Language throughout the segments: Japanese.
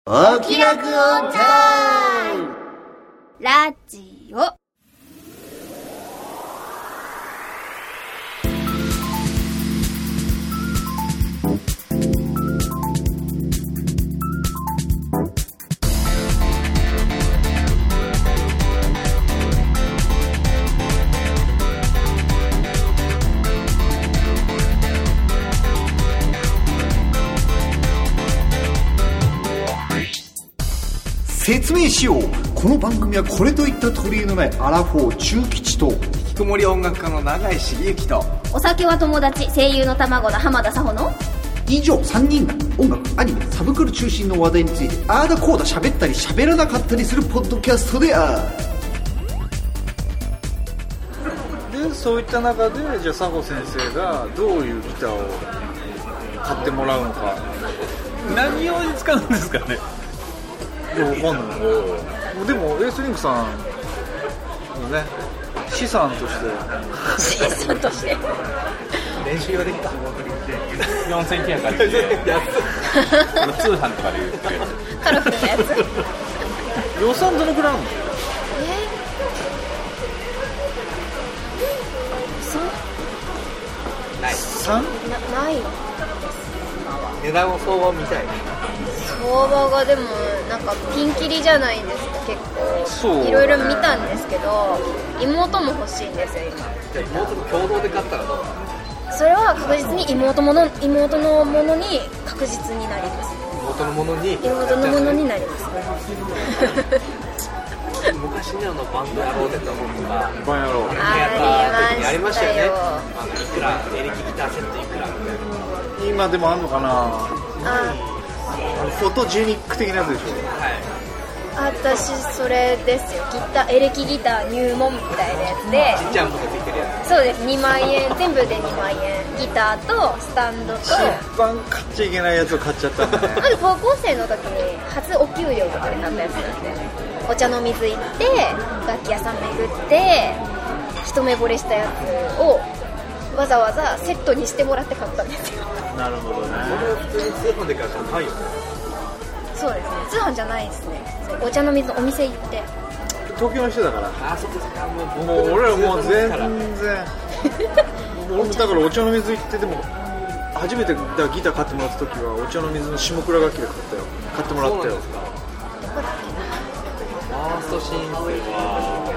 お気楽オンタイムラジオ。 説明しよう。この番組はこれといった取り柄のないアラフォー中吉と引きこもり音楽家の永井茂之とお酒は友達声優の卵の浜田紗穂の以上3人が音楽、アニメ、サブクル中心の話題についてあーだこーだ喋ったり喋らなかったりするポッドキャストである。 でそういった中でじゃあ佐保先生がどういうギターを買ってもらうのか。 何用に使うんですかね。 いやわかんない。でもエースリンクさんのね資産として練習ができた 4900円借りて通販とかで言ってるやつカラフルなやつ予算どのくらいあるの？ ない 3？ ない値段を相場みたいな。 相場がでもなんかピンキリじゃないですか。結構いろいろ見たんですけど妹も欲しいんですよ今。 じゃあ妹と共同で買ったらどう？ それは確実に妹のものに確実になります。 妹のものになります昔のバンドやろうってと思うがバンやろうありましたよね。いくらエレキギターセットいくらみたいな。 今でもあんのかな。フォトジェニック的なやつでしょ。 はい。 私それですよ。エレキギター入門みたいなやつでちっちゃいものついてるやつ。 そうです。2万円全部で2万円ギターとスタンドと一番買っちゃいけないやつを買っちゃったんだね。 あと高校生の時に初お給料とかで買ったやつなんでお茶の水行って楽器屋さん巡って一目惚れしたやつをわざわざセットにしてもらって買ったんですよ。 なるほどね。 それを普通に通販で買ったら高いよね。 そうですね。通販じゃないですね。お茶の水のお店行って東京の人だから。 あそこさもう俺らもう全然俺もだからお茶の水行ってでも初めてギター買ってもらった時はお茶の水の下倉楽器で買ってもらったよ。 ファーストシンセは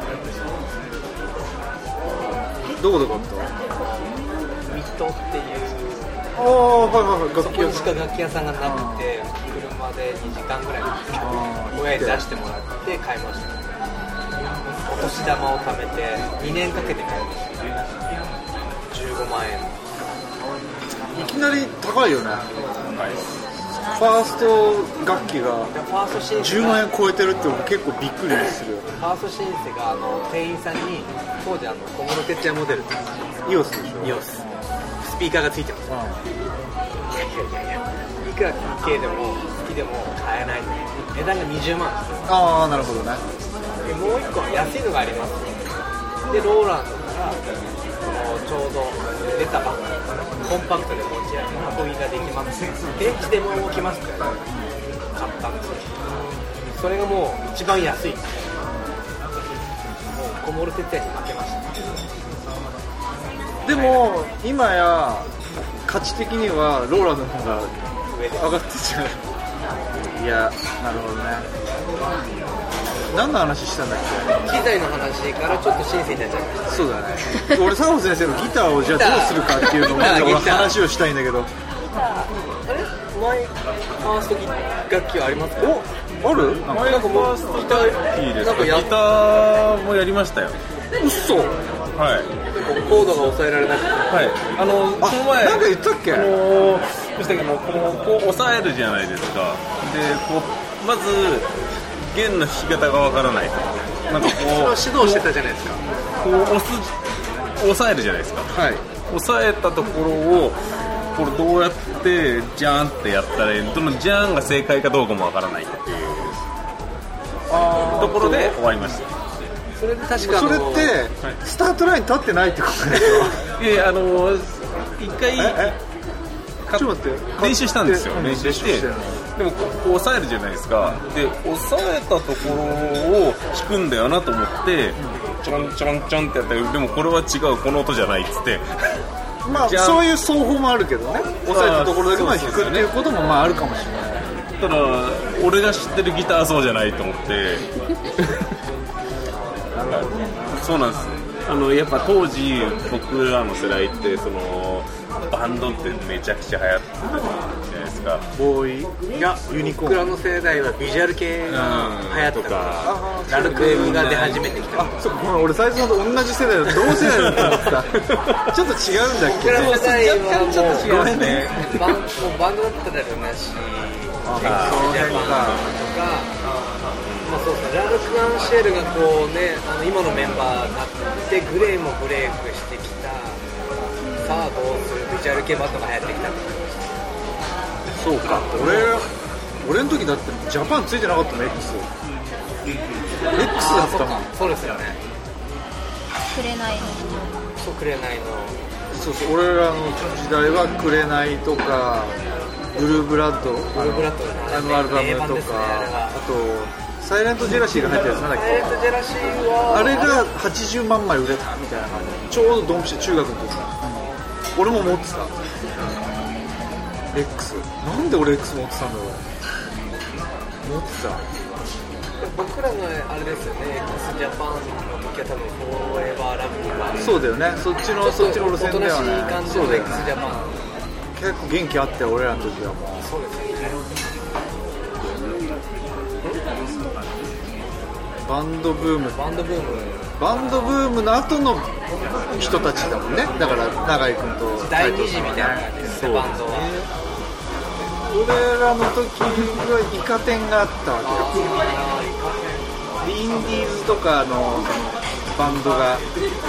どこで買った？ ミットっていうああはいそこにしか楽器屋さんがなくて車で2時間ぐらい親に出してもらって買いました。お年玉を貯めて2年かけて買いました。15万円。 いきなり高いよね。ファースト楽器が10万円超えてるって結構びっくりするよ。 ファーストシンセが店員さんに当時小室哲哉モデルイオスでしょ。 イオススピーカーがついてます。いやいくら系でも好きでも買えないので値段が20万です。 ああなるほどね。 でもう一個安いのがあります。でローランドからちょうど出たばっかりコンパクトで持ち運びができます電池でも動きますって買ったんですよ。それがもう一番安い。もう小室哲哉に負けました。 でも今や価値的にはローランドの方が上で上がってちゃう。いやなるほどね。何の話したんだっ機材の話からちょっとシンセになっちゃいました。 け？そうだね。俺佐保先生のギターをじゃあどうするかっていうのを話をしたいんだけど。 あれ前ファースト楽器はありますか？ おある？ 前ファーストギターいいですか？ギターもやりましたよ。 嘘。 はい。 コードが抑えられなくて。 はい。この前なんか言ったっけ？ そしたけどこう押さえるじゃないですか。でこうまず弦の弾き方がわからないと。なんかこうそれは指導してたじゃないですか。 こう押さえるじゃないですか。 はい。 押さえたところをこれどうやってジャーンってやったらどのジャーンが正解かどうかもわからないっていうところで終わりました。 それで確かそれってスタートライン立ってないってことですか？ いや一回ちょっと待って練習したんですよ。練習してでもこう抑えるじゃないですか。で抑えたところを弾くんだよなと思ってちょんちょんちょんってやったら、でもこれは違う、この音じゃないっつってまあそういう奏法もあるけどね、抑えたところだけまで弾くっていうこともまああるかもしれない。 ただ俺が知ってるギターはそうじゃないと思ってそうなんです。やっぱ当時僕らの世代ってそのバンドってめちゃくちゃ流行ってたじゃないですか。 ボーイ、 いやユニコーン、 僕らの世代はビジュアル系が流行ってたからラルクが出始めてきた。 あ、そうか、俺最初のと同じ世代だ、同世代だと思ってたちょっと違うんだっけ。 僕らの世代はもう若干ちょっと違うね。 バンドだったらルナシー、ジャパンとか、まあそうですね、ラルク・アンシェルがこうね、今のメンバーになってグレイもブレイクしてきた。さあどうする、ビジュアル系バンドが流行ってきた。 そうか、俺の時だってジャパンついてなかったの X だったもん。 そうですよね。 紅のそう、紅の。 そうそう、俺らの時代は紅とかブルーブラッド、 ブルーブラッドアルバムとか、あとサイレントジェラシーが入ったやつなんだっけ。 サイレントジェラシーはあれが80万枚売れたみたいな感じ。ちょうどドンピシャ中学の時、俺も持ってた X。 なんで俺 X 持ってたんだろう。持ってた。 僕らのあれですよね、X ジャパンの時は多分フォーエバーラブとか。 そうだよね、そっちの路線だよね。 おとなしい感じの X ジャパン。 結構元気あって俺らの時はもう。 そうですよね。 バンドブームの後の人たちだもんね。だから永井君と第二次みたいな感じですね、バンドは。 俺らの時はイカ天があったわけよ。インディーズとかのバンドが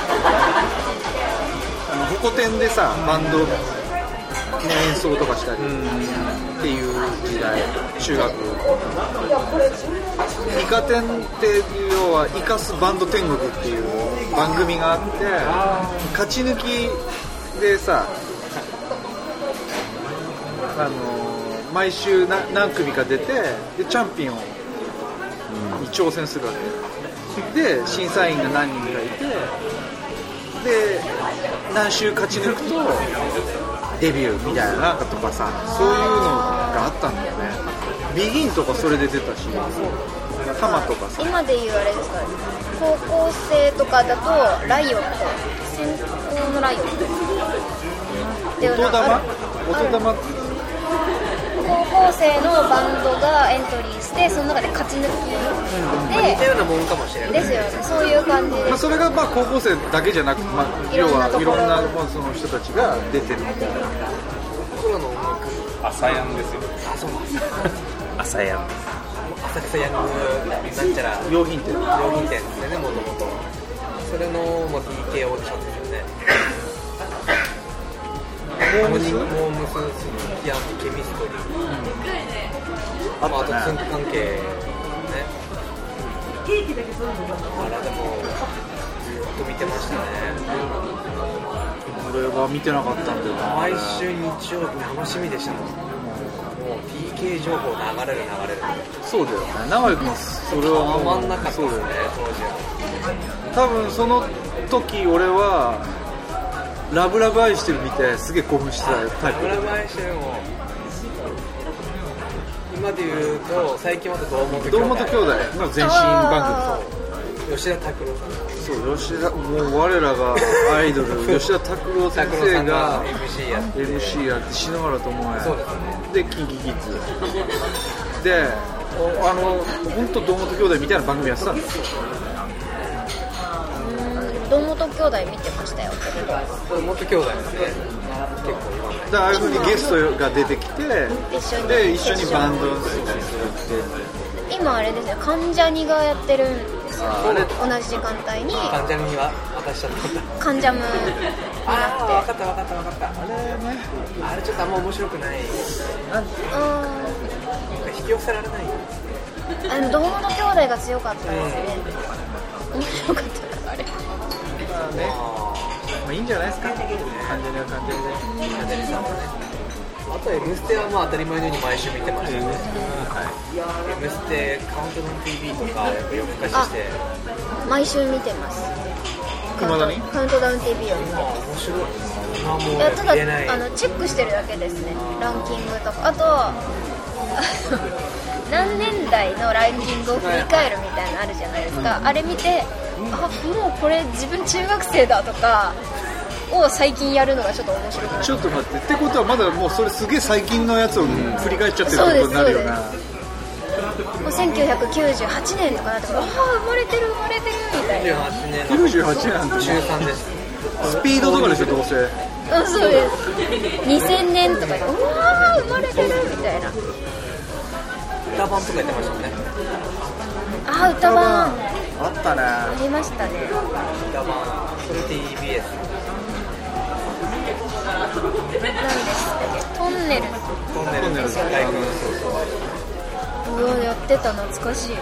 ホコ天でさ、バンドの演奏とかしたりっていう時代、中学。イカ天って要はイカスバンド天国っていう番組があって、勝ち抜きでさ、毎週何組か出て、でチャンピオンに挑戦するわけで、審査員が何人かいて、で何週勝ち抜くとデビューみたいななんかとかさ、そういうのがあったんだよね。ビギンとかそれで出たし、ハマとかさ。 今でいうあれですか、高校生とかだとライオット、先行のライオットで音玉高校生のバンドがエントリーして、その中で勝ち抜きで、 似たようなもんかもしれないですよね。そういう感じで、 それがまあ高校生だけじゃなく、要はいろんなその人たちが出てるみたいな。 僕らの音楽、 朝やんですよ。 あ、そうなんです。 朝やん。 浅草ヤングなんちゃら用品店店ですよね、もともと。それのもう DK オーディションですよね。モームス、キアンケミストリー、あとツンク関係ね。あらでもずっと見てましたね。 俺は見てなかったんだよな。 毎週日曜日楽しみでしたもん。もう PK 情報流れる。 そうだよね。長井君それは止まんなかったですね、当時は。 多分その時俺はラブラブ愛してるみたい、すげえ興奮してたタイプ。 ラブラブ愛してるも今で言うと最近は堂本兄弟の前身番組、吉田拓郎さん。 そう、もう我らがアイドル吉田拓郎先生が MC やって、篠原ともえでキンキキッズで、本当堂本兄弟みたいな番組やってたんですよ。 堂本兄弟見てましたよ。 堂本兄弟ですね。結構いろんな。 ああいう風にゲストが出てきて、で一緒にバンドをするって。 今あれですね、関ジャニがやってるんですよ。同じ時間帯に関ジャニには私ちゃった。 関ジャムになって。 分かったあれちょっとあんま面白くない。引き寄せられない。 堂本兄弟が強かったですね。面白かったあれ。 まあいいんじゃないですか。関ジャニは関ジャニで。 関ジャニさんはね。 あと M ステはまあ当たり前のように毎週見てましたね。M ステカウントダウン TV とかやっぱ夜更かしして毎週見てます。 未だにカウントダウン TV を見てます。 面白い。今もういやただ見れない。 チェックしてるだけですね。ランキングとかあと何年代のランキングを振り返るみたいなのあるじゃないですか、あれ見て、あ、もうこれ自分中学生だとかを最近やるのがちょっと面白くなる。 ちょっと待って、ってことはまだもうそれすげえ最近のやつを振り返っちゃってるってことになるよね。 もう1998年とかなってから、ああ生まれてるみたいな。 98年 98なんて中3です。 スピードとかでしょどうせ。 あ、そうです。2000年とかで、うわー生まれてるみたいな。 歌版とかやってましたね。 あ、歌版あったね。 ありましたね。 歌版、それ TBS。 何でしたっけ、トンネルですよね。 うわ、やってた、懐かしい。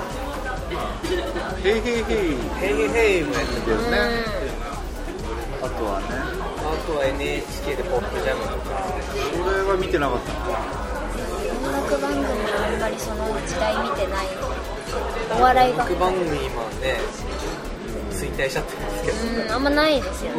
ヘイヘイヘイヘイヘイもやってたよね。 あとはね、 あとは NHK でポップジャムとか。 それは見てなかったな。 音楽番組はあんまりその時代見てない。お笑い音楽番組今ね衰退しちゃってるんですけど、 あんまないですよね。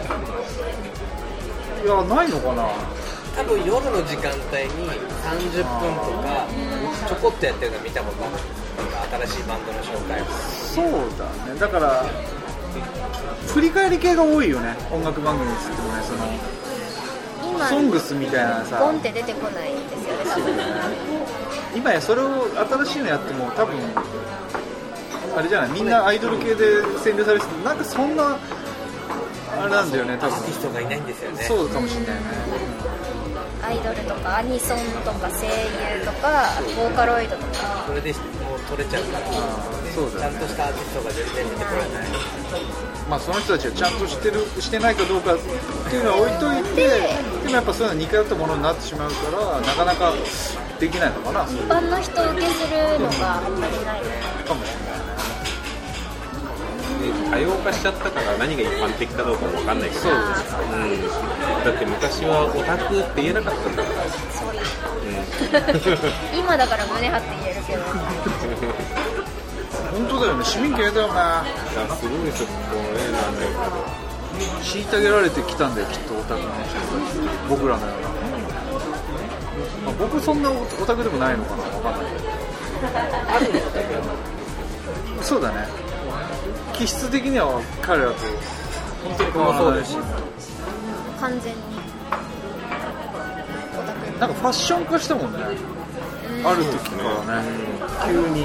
いや、ないのかな。 多分夜の時間帯に30分とかちょこっとやってるの見たことある。新しいバンドの紹介。 そうだね。だから振り返り系が多いよね、音楽番組につってもね。その今ソングスみたいなさ、 ボンって出てこないですよね、多分。 今やそれを新しいのやっても多分あれじゃない、みんなアイドル系で占領されてて、なんかそんなあれなんだよね、多分。 アーティストがいないんですよね。 そうかもしれないね。 アイドルとかアニソンとか声優とかボーカロイドとか。 それでもう取れちゃうから、 そうだよね。 ちゃんとしたアーティストが全然出てこれない。 まあその人たちがちゃんとしてないかどうかっていうのは置いといて、でもやっぱそういうの似通ったものになってしまうからなかなかできないのかな。 一般の人受けするのがあんまりないかもしれないね。 多様化しちゃったから何が一般的かどうかも分かんないけど、 そうだって昔はオタクって言えなかったんだから、 今だから胸張って言えるけど本当だよね、市民権だよね。 いやすごいちょっとなんだけ虐げられてきたんだよ、きっとオタクの人たち、僕らのような。まあ、僕そんなオタクでもないのかな、分かんないけど。そうだね、気質的には彼らと本当に変わらないし、 完全にオタク。 なんかファッション化したもんね、ある時からね、急に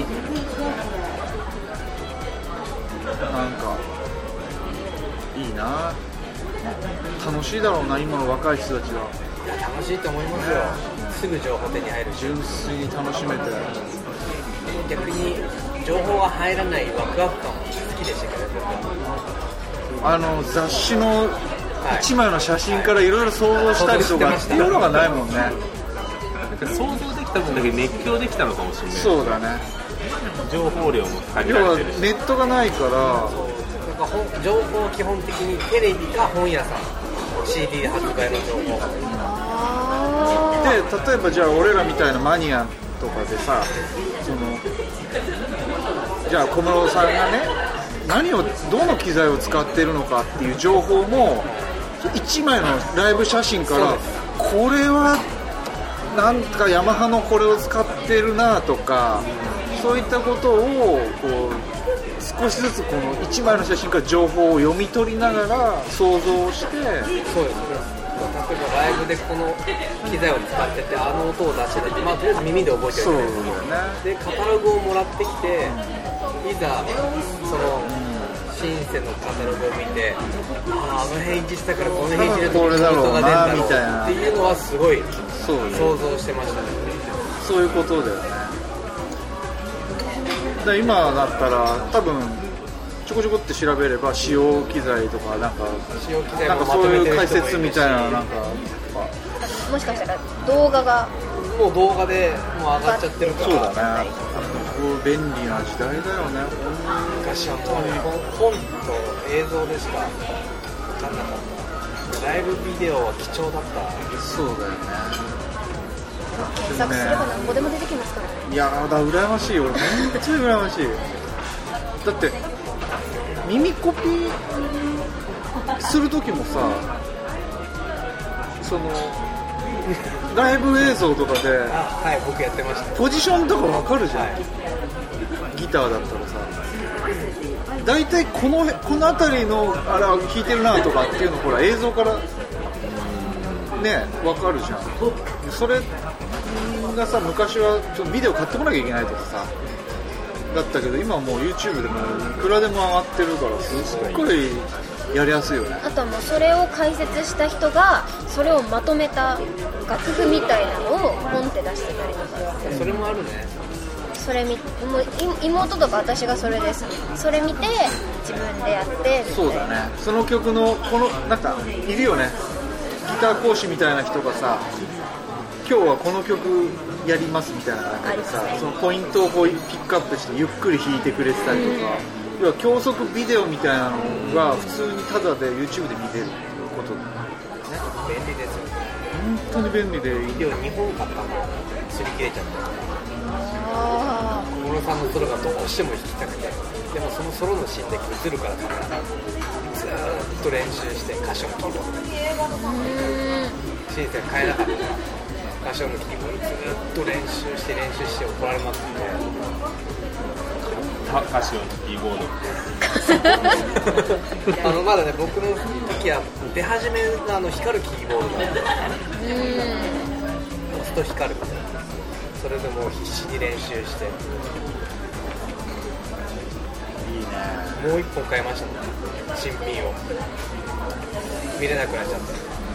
なんかいいな、楽しいだろうな、今の若い人たちは。 いや楽しいと思いますよ。すぐ情報手に入るし、 純粋に楽しめて。 逆に情報が入らないワクワク感も好きでしたけど、 雑誌の1枚の写真からいろいろ想像したりとかっていうのがないもんね。 ど、想像できた分だけ熱狂できたのかもしれない。 そうだね、 情報量も限要はられてるし、 ネットがないから。 なんか情報は基本的にテレビか本屋さん、CD 発売の情報。 で、例えばじゃあ俺らみたいなマニアとかでさ、じゃあ小室さんがね、どの機材を使ってるのかっていう情報も1枚のライブ写真から、これはなんかヤマハのこれを使ってるなとか、そういったことをこう少しずつこの1枚の写真から情報を読み取りながら想像して。 そうですね。例えばライブでこの機材を使ってて、あの音を出してたって、まあとりあえず耳で覚えてるそうだよね。 でカタログをもらってきて、いざそのシンセのカタログを見て、あの辺一致したからこの辺一致でこれだろうなみたいなっていうのはすごいそうね、 想像してましたね。 そういうことだよね。で今だったら多分ちょこちょこって調べれば使用機材とかなんかそういう解説みたいな、なんかもしかしたら動画がもう動画でもう上がっちゃってるから。 そうだね、便利な時代だよね。 昔は本と映像でしか分かんなかった。ライブビデオは貴重だった。 そうだよね。 検索すれば何ぼでも出てきますからね。 いやーだ羨ましい、俺本当に羨ましい。だって耳コピーする時もさ、そのライブ映像とかではい、僕やってました。 ポジションとか分かるじゃん、 はい、 ギターだったらさ、だいたいこの辺りのあれ弾いてるなとかっていうのほら映像からね分かるじゃん。それがさ、昔はちょっとビデオ買ってこなきゃいけないとかさだったけど、今はもう YouTube でもいくらでも上がってるからすっごいやりやすいよね。 あとはもうそれを解説した人がそれをまとめた楽譜みたいなのをポンって出してたりとか、 それもあるね。 それもう妹とか私がそれです。それ見て自分でやってみたいな。 そうだね、その曲のこのなんかいるよね、ギター講師みたいな人がさ、今日はこの曲やりますみたいな感じでさ、そのポイントをこうピックアップしてゆっくり弾いてくれてたりとか、要は教則ビデオみたいなのが普通にタダで YouTube で見れることね。 便利ですよ。 本当に便利で、 ビデオ2本買ったの擦り切れちゃって、 あ小室さんのソロがどうしても弾きたくて、でもそのソロのシーンだけ映るからカメラがずーっと練習して歌唱キーボードシンセ変えなかったから歌唱のキーボードずーっと練習して怒られますんで、 カシオのキーボードまだね、僕の時は出始めの光るキーボードが押すと光るみたいな、それでもう必死に練習して、 いいね。 もう一本買いましたね、新品を。見れなくなっちゃって、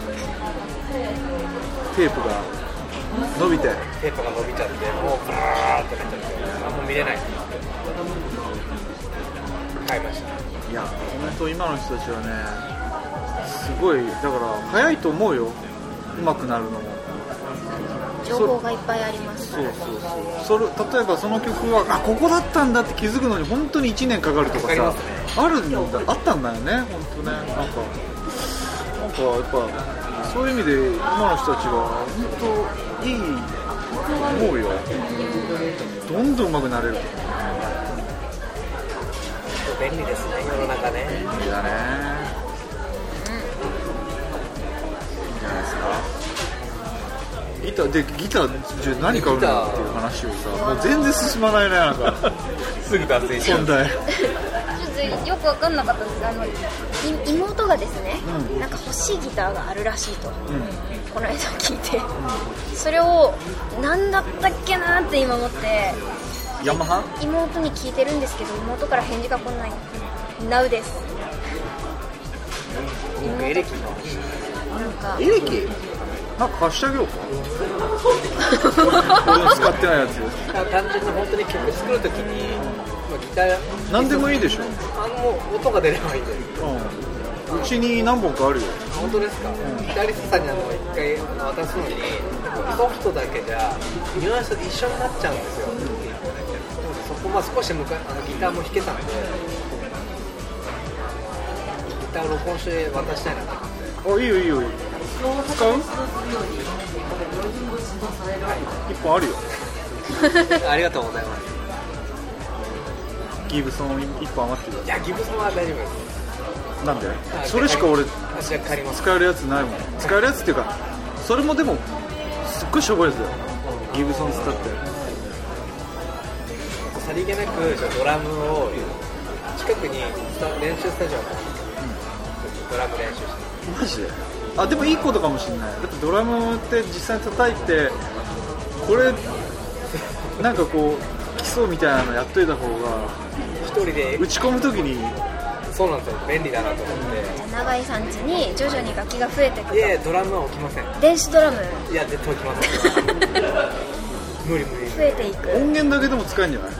テープが伸びて、 テープが伸びちゃって、もうブラーってなっちゃって、もう見れない。買いました。 いや本当今の人たちはね、すごいだから早いと思うよ、上手くなるのも。 情報がいっぱいありますからね。 そう例えばその曲はここだったんだって気づくのに本当に1年かかるとかさ、 かかりますね。 あるんだ、あったんだよね、本当ね。なんかやっぱそういう意味で今の人たちは本当いいと思うよ。どんどん上手くなれる。 便利ですね、世の中ね。 便利だね。いいんじゃないですか。ギターじゃ何買うのっていう話をさ、もう全然進まないね、なんかすぐ脱線しちゃう。 本題ちょっとよく分かんなかったんです。妹がですね、なんか欲しいギターがあるらしいと、この間聞いて、それを何だったっけなって今思って、 ヤマハ妹に聞いてるんですけど、妹から返事が来ない。ナウです。 僕エレキのなんかエレキなんか貸してあげようか俺の使ってないやつ。 単純に本当に曲作るときに、ギター何でもいいでしょ。 もう音が出ればいいんで。 うちに何本かあるよ。 本当ですか。ギタリストさんに一回渡すのにソフトだけじゃニュアンス一緒になっちゃうんですよ。そこ少しギターも弾けたんで、ギターを録音して渡したいなと思って。 いいよいいよ。使う？一本あるよ。 ありがとうございます。 ギブソン一本余ってる。 いや、ギブソンは大丈夫です。 なんで？それしか俺私は借ります。 使えるやつないもん。使えるやつっていうか、それもでもすっごいしょぼいやつだよ。ギブソン使って。 さりげなくドラムを近くに練習スタジオがドラム練習して。 マジで？でもいいことかもしれない。だってドラムって実際に叩いて、これなんかこう基礎みたいなのやっといた方が一人で打ち込むときに。 そうなんですよ、便利だなと思って。 じゃあ永井さん家に徐々に楽器が増えていくと。 いやドラムは置きません。 電子ドラム。 いや絶対置きません。無理増えていく。 音源だけでも使えるんじゃない？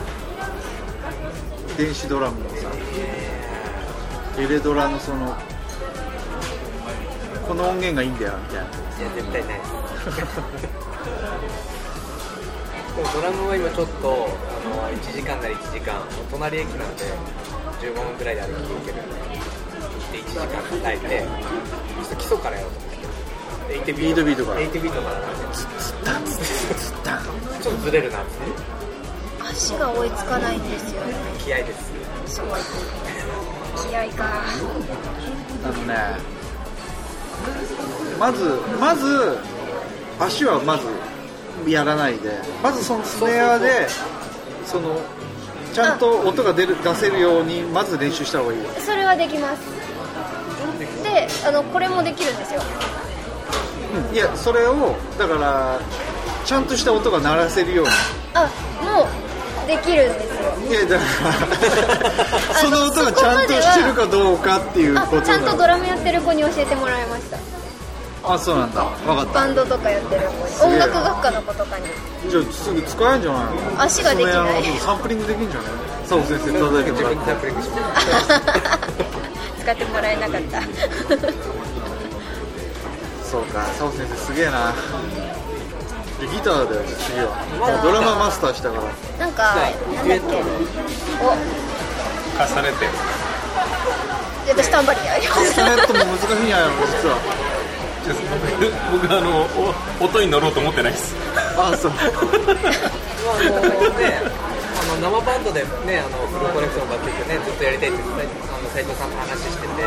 電子ドラムのさ、エレドラのそのこの音源がいいんだよみたいな。 いや絶対ないです。でもドラムは今ちょっと1時間なり1時間、隣駅なんで15分くらいで歩きに行けるんで、1時間叩いて、ちょっと基礎からやろうと思って。 8ビートからちょっとずれるなって足が追いつかないんですよね。 気合です。 そう気合か。 まず足はまずやらないで、まずそのスネアでちゃんと音が出せるようにまず練習した方がいいよ。 それはできます。でこれもできるんですよ。 いやそれをだからちゃんとした音が鳴らせるように。 もうできるんですよ。 いやだからその音がちゃんとしてるかどうかっていうこと。 ちゃんとドラムやってる子に教えてもらいました。 そうなんだ。分かった。 バンドとかやってる子に、音楽学科の子とかに。 じゃあすぐ使えんじゃないの。 足ができない。 サンプリングできんじゃない。佐藤先生叩いてもらってサンプリングし使ってもらえなかったそうか、佐藤先生すげえな。ギターだよ次は。ドラママスターしたから。 なんかなんだっけ、 重ねて私タンバリンやりました。 カスタネットも難しいんやよ実は。 僕音に乗ろうと思ってないです。 そう生バンドでね、フルコレクションの楽曲ねずっとやりたいって斉藤さんと話してて、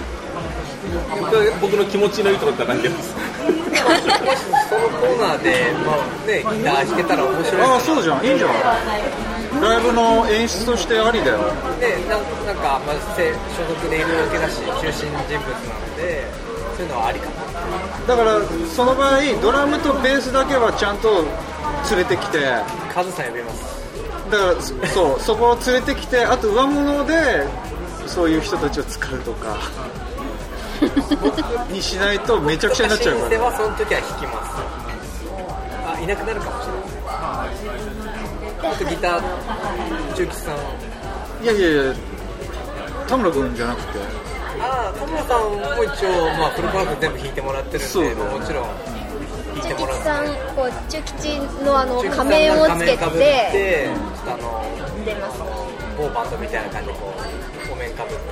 僕の気持ちのいいところだった感じです。 そのコーナーで、ギター弾けたら面白い。 そうじゃん、いいじゃん。ライブの演出としてありだよ。 でなんか、所属でいるわけだし中心人物なのでそういうのはありかな。 だからその場合ドラムとベースだけはちゃんと連れてきて、 カズさん呼びます。 だからそこを連れてきて、あと上物でそういう人たちを使うとかにしないとめちゃくちゃになっちゃうから。 シンセはその時は弾きます。いなくなるかもしれない。あとギター中吉さん。 いや田村君じゃなくて、 田村さんも一応、フルコーラス全部弾いてもらってるんで、もちろん弾いてもらって。 中吉の仮面をつけて出ます。 某バンドみたいな感じでお面かぶって。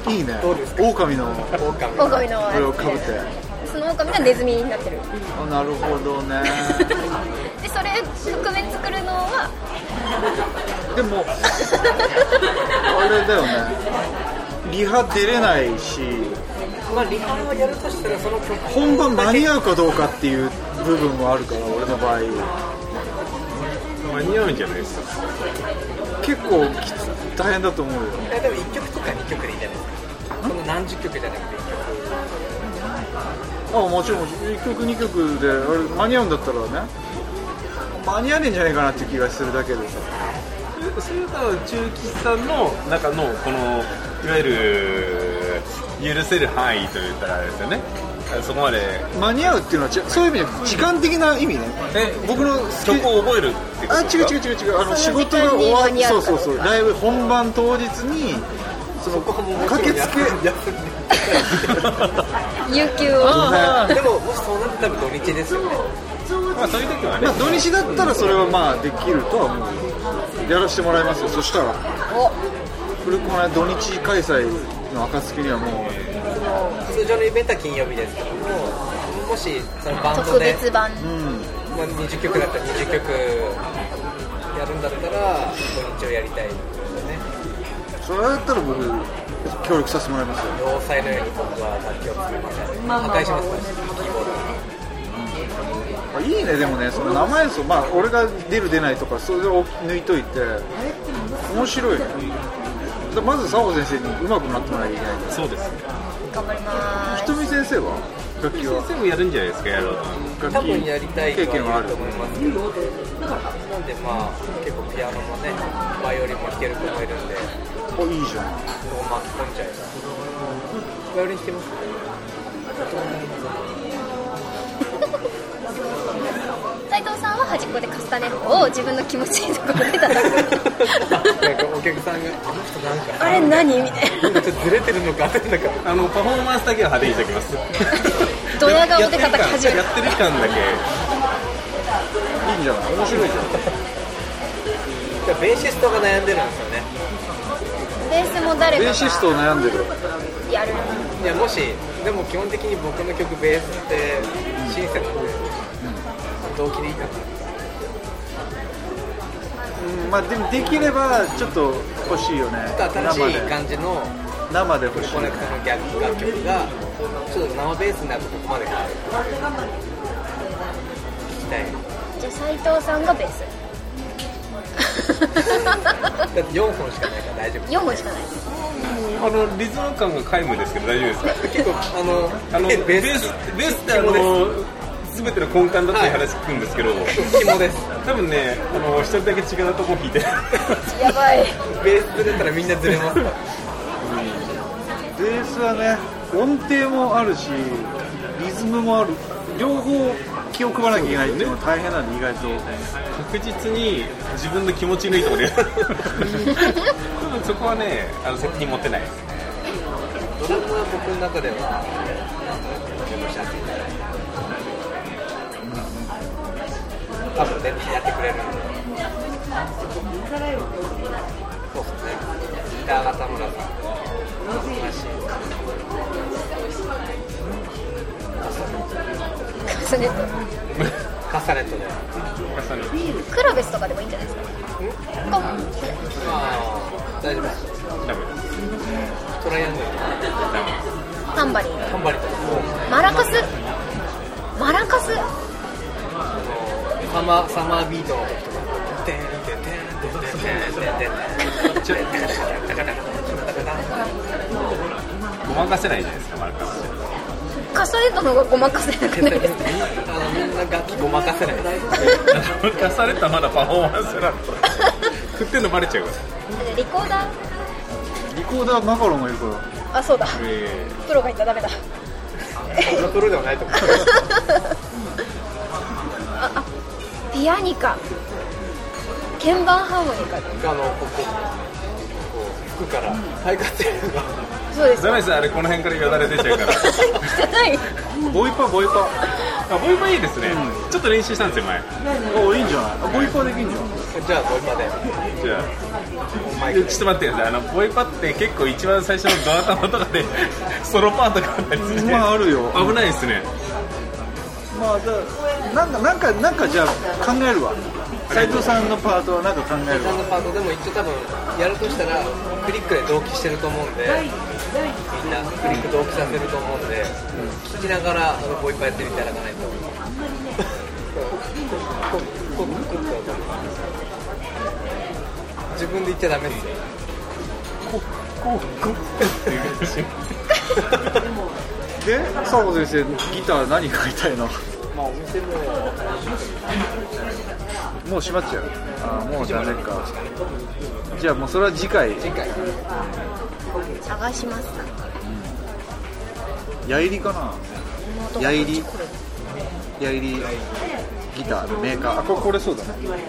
いいね。 どうですか。 狼のこれをかぶって。 その狼がネズミになってる。 なるほどね。 でそれ覆面作るのはでもあれだよね。リハ出れないし。 リハをやるとしたらその曲本番間に合うかどうかっていう部分もあるから、俺の場合間に合うんじゃないですか。 結構大変だと思うよ。 でも1曲とか2曲でいいじゃないですか。その何十曲じゃなくて1曲。 もちろん1曲2曲であれ間に合うんだったらね、間に合わねえんじゃないかなっていう気がするだけでさ。 それと中吉さんの中のこのいわゆる許せる範囲といったらあれですよね。そこまで間に合うっていうのはそういう意味で時間的な意味ね。僕の曲を覚えるってことですか。 違う仕事が終わって、そうライブ本番当日に駆けつけ有給を。 でももしそうなって多分土日ですよね。 そういう時はね、 土日だったらそれはできるとは思う。やらせてもらいますよ。そしたらフルコーナー土日開催の暁にはもう通常のイベントは金曜日ですけども、もしそのバンドで特別版、 20曲だったら20曲やるんだったら土日をやりたいですよね。 それだったら僕協力させてもらいますよ。 要塞のように僕は楽器を作ります。破壊しますからね、キーボード。 いいね。でもね、その生演奏、俺が出る出ないとかそれを抜いといて面白いね。まず佐保先生に上手くなってもらわなきゃいけないんだ。 そうです。 頑張ります。 ひとみ先生は楽器は先生もやるんじゃないですか。やろうと。 多分やりたい経験はあると思いますけど、なんで結構ピアノもね、バイオリンも弾ける子もいるんで、 いいじゃん。 そこ巻き込んじゃえば。バイオリン弾けます？ 斉藤さんは端っこでカスタネットを自分の気持ちいいところで叩く。 お客さんがあれ何みたいな。 ちょっとずれてるのか当てるのか。 パフォーマンスだけは派手にしておきます。 ドヤ顔で叩き始める。 やってる感だけいいんじゃない。面白いじゃん。 ベーシストが悩んでるんですよね。 ベベースも誰かがベーシストを悩んでる。 やる。 いやもしでも基本的に僕の曲ベースってシンセなんで、同期でいいかな。 まあでもできればちょっと欲しいよね。 新しい感じの生で欲しい。 コネクトの楽曲がちょっと生ベースになるとここまで聞きたい。 じゃあ斉藤さんがベース。 だって4本しかないから大丈夫。 4本しかない。 リズム感が皆無ですけど大丈夫ですか？ 結構ベースって全ての根幹だっていう話聞くんですけど、 肝です。 多分ね、一人だけ違うとこ聞いてやばい。 ベースずれたらみんなずれますから。 ベースはね、音程もあるしリズムもある、両方気を配らなきゃいけないっていうのが大変なんで、意外と確実に自分の気持ちのいいところで多分そこはね、責任持ってないです。 ドラムは僕の中では多分ね、やってくれるんで。そうですね。ギターが田村さん、 カスネット。 カスタネットで。 クラベスとかでもいいんじゃないですか。 大丈夫です。 ダメです。 トライアングル。 タンバリン。 タンバリンとかもマラカス。 サマービートの時とかテンテンテンテンテンテンテンごまかせないじゃないですか、マルカス。 カスタネットの方がごまかせなくないですか。 みんな楽器ごまかせないです。 出されたまだパフォーマンスなんだ振ってんのバレちゃうから。 リコーダーマカロンがいるから。 あ、そうだ、プロがいたらダメだ。 プロではないと思う。 ピアニカ、鍵盤ハーモニカ。 服から肺活量が。 そうです。 ダメです、あれこの辺からよだれ出ちゃうから。 汚い。 ボイパボイパいいですね、ちょっと練習したんですよ前。 いいんじゃない。ボイパできんじゃん。 じゃあボイパで。 じゃあちょっと待ってください。ボイパって結構一番最初のドア玉とかでソロパートがあったりするんで、 あるよ。 危ないですね。 なんかじゃあ考えるわ。斉藤さんのパートはなんか考えるわ。 斉藤さんのパートでも一応多分やるとしたらクリックで同期してると思うんで、みんなクリック同期させると思うんで、聞きながらボイパやってみていただかないと。自分で言っちゃダメですよ。 で、佐保先生、ギター何買いたいの？ お店ももう閉まっちゃう。もうダメか。じゃあもうそれは次回探します。 ヤイリかな。ヤイリギターのメーカー。これそうだね。 でも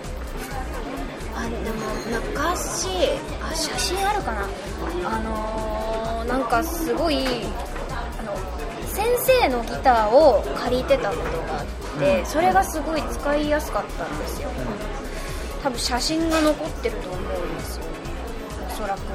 昔写真あるかな。なんかすごい先生のギターを借りてたことがあって、それがすごい使いやすかったんですよ。多分写真が残ってると思うんですよ、おそらく。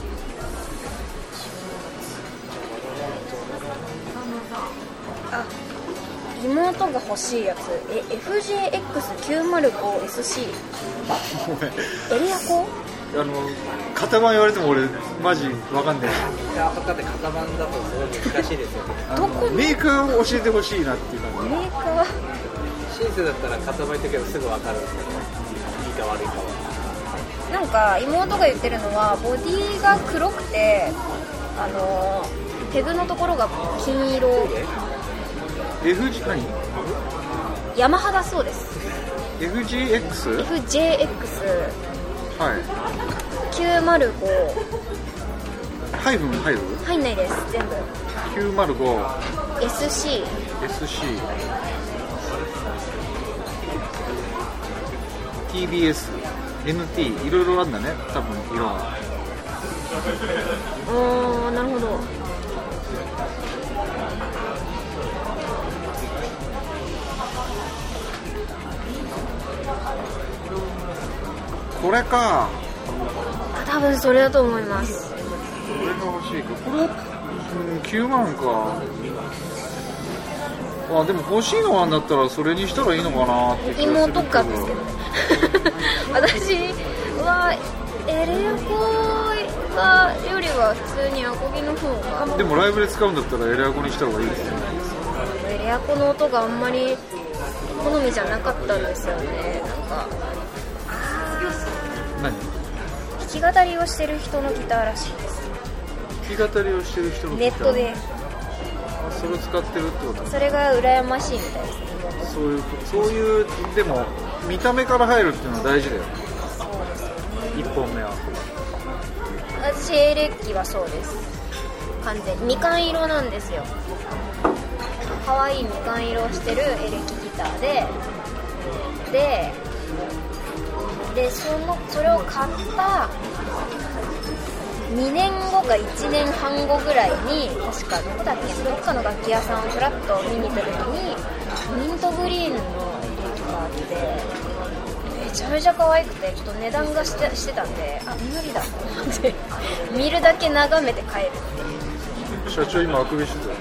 妹が欲しいやつ、FJX905SC エリアコ。 型番言われても俺マジわかんない。 型で型番だとすごい難しいですよね。 メーカーを教えてほしいなっていう感じ。 メーカーシンセだったら型番言ってけどすぐわかるんですけど、いいか悪いかは。 なんか妹が言ってるのはボディが黒くてペグのところが金色。 FG 何？ ヤマハだそうです。 FGX？ FJX はい。 905 ハイフン入る？ 入んないです、全部。 905 SC TBS NT いろいろあるんだね、多分色が。 なるほど。 これか。 多多分それだと思います。 これが欲しいか。これは、9万か。あ、でも欲しいのあんだったらそれにしたらいいのかなって気がするけど。 妹かですけど私はエレアコよりは普通にアコギの方が。 でもライブで使うんだったらエレアコにした方がいいですよね。 エレアコの音があんまり好みじゃなかったんですよね。なんか何？ 弾き語りをしてる人のギターらしいです。 弾き語りをしてる人のギター。 ネットで。 それを使ってるってこと？ それが羨ましいみたいですね。 そういうでも見た目から入るっていうのは大事だよね。 そうですよね。 1本目は。 私エレキはそうです。完全にみかん色なんですよ。可愛いみかん色をしてるエレキギターでそれを買った2年後か1年半後ぐらいに、確かどっかの楽器屋さんをフラッと見に行った時にミントグリーンのエレキがあって、めちゃめちゃ可愛くて、ちょっと値段がしてたんで、あ、無理だと思って見るだけ眺めて帰る。 社長今あくびしてたよ。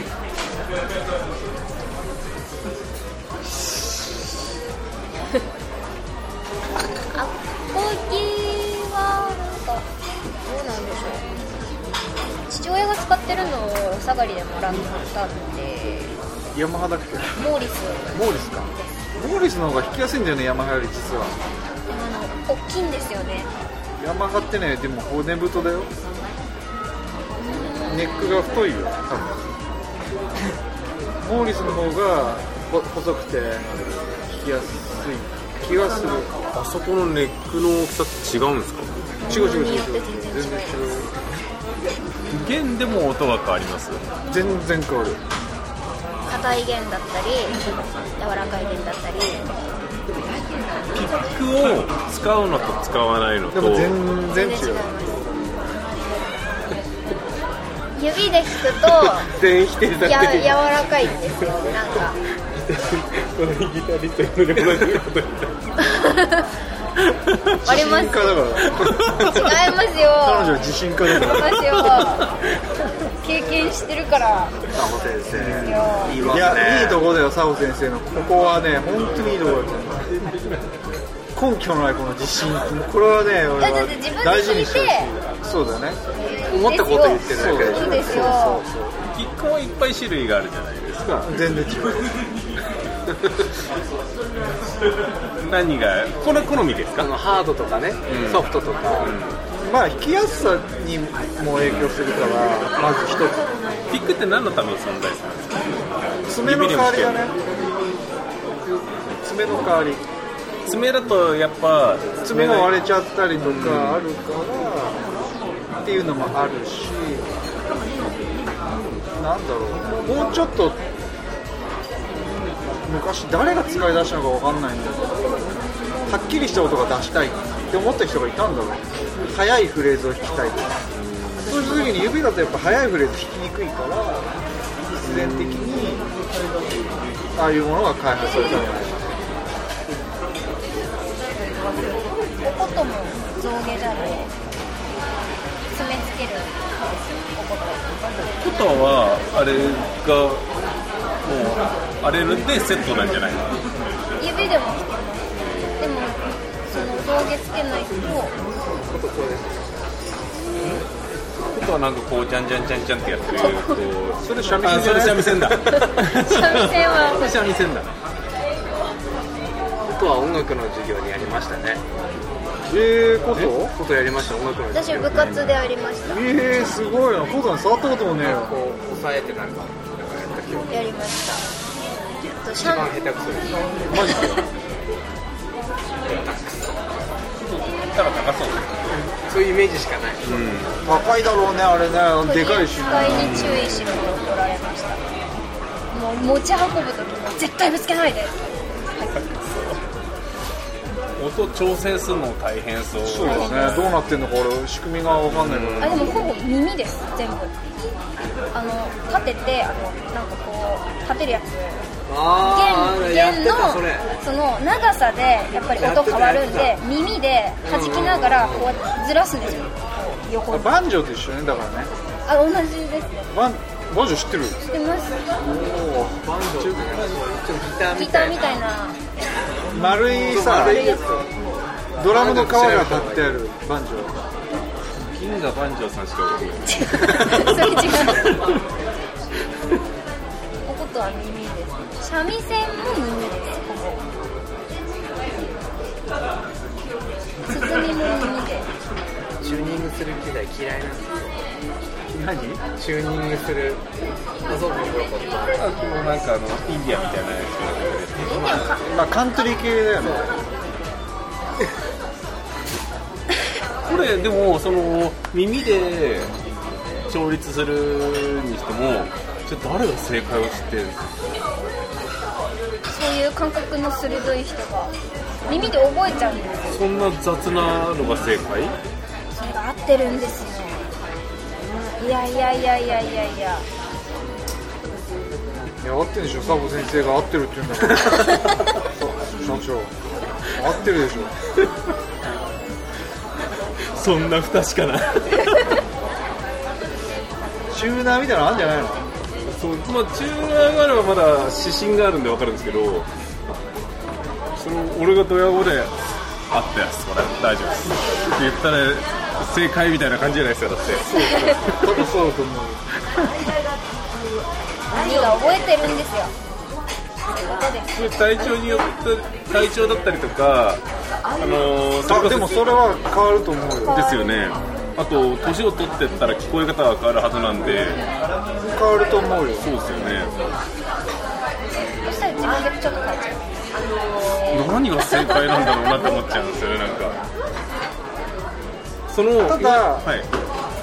アコギはなんかどうなんでしょう。父親が使ってるのをお下がりでもらったんで。 ヤマハだっけ？ モーリスか。モーリスの方が弾きやすいんだよね、ヤマハより実は。 大きいんですよね。 ヤマハってね、でも骨太だよ。ネックが太いよ、多分。モーリスの方が細くて弾きやすい気がする。 あそこのネックの大きさって違うんですか？ 違う。全然違う。 弦でも音が変わります？ 全然変わる。 硬い弦だったり柔らかい弦だったり。 ピックを使うのと使わないのとでも全然違う。 指で弾くと全員否定されてる。 柔らかいんですよ。なんかこのギタリストの同じこと言った。 あります。 自信家だから。 違いますよ。 彼女は自信家だから。 私は経験してるから。 佐保先生。 いいわね。 いや、いいとこだよ、佐保先生の。ここはね、本当にいいとこだと思う。根拠のないこの自信。これはね、俺は大事にしてほしい。そうだよね。思ったこと言ってるだけで。 そうですよ。 ピックもいっぱい種類があるじゃないですか。 全然違う。 何がこれ好みですか？ ハードとかね、ソフトとか、 まあ弾きやすさにも影響するから、まず一つ。 ピックって何のために存在するんですか？ 爪の代わりだね。爪の代わり。 爪だとやっぱ爪が割れちゃったりとかあるから、っていうのもあるし、なんだろう、もうちょっと昔誰が使い出したのか分かんないんだけど、はっきりした音が出したいって思った人がいたんだろう。速いフレーズを弾きたいとか。そうした時に指だとやっぱ速いフレーズ弾きにくいから、必然的にああいうものが開発されたんじゃないかな。 おことも象牙じゃろう爪つけるおことはあれがもうあれでセットなんじゃないの？ 指でもつけます。でもその象牙つけないとことはなんかこうジャンジャンジャンジャンってやってるとそれ三味線じゃない？ それ三味線だ。 三味線は三味線だ。 ことは音楽の授業にやりましたね。ことやりました。音楽の授業。 私部活でありました。 すごいな。コトン触ったこともねえよ。 こう押さえてなんかやった記憶。 やりました。 一番下手くそです。 マジか。 ただ高そう。 そういうイメージしかない。 高いだろうね、あれね。でかいしね。 扱いに注意しろと怒られました。もう持ち運ぶときも絶対ぶつけないで。 音調整するの大変そう。 そうですね。どうなってんのか俺仕組みが分かんないから。 でもほぼ耳です全部。立ててなんかこう立てるやつ弦のその長さでやっぱり音変わるんで、耳で弾きながらこうずらすんですよ、横に。 バンジョーと一緒ね、だからね。 あ、同じですね。 バンジョー知ってる？ 知ってます。 バンジョーギターみたいな丸いさ、ドラムの皮が貼ってあるバンジョー。 銀河バンジョーさんしか分かんない。 それ違う。おことは耳です。三味線も耳です。ここ。鼓も耳で。 チューニングする機材嫌いなんですよ。 何？ チューニングする遊ぶのことなんかインディアンみたいなやつまあカントリー系だよね。 これでもその耳で調律するにしても、ちょっと誰が正解を知ってるんですか？ そういう感覚の鋭い人が耳で覚えちゃうんですよ。 そんな雑なのが正解？ それが合ってるんですよ。いやいやいやいやいやいや。 いや、合ってるでしょ、サボ先生が合ってるって言うんだから社長、合ってるでしょ。 そんな不確かなチューナーみたいなのあるんじゃないの？ そう、まあ、チューナーがあればまだ指針があるんで分かるんですけど、その俺がドヤ語で合ったやつ、これ大丈夫ですって言ったら正解みたいな感じじゃないですか。だって多分そうだと思う。 何が覚えてるんですよ。 それ体調によって体調だったりとか、 でもそれは変わると思うよ。 ですよね。あと年を取ってったら聞こえ方が変わるはずなんで変わると思うよ。 そうですよね。 そしたら自分でちょっと変えちゃう。 何が正解なんだろうなって思っちゃうんですよね。なんかそのただ、 はい、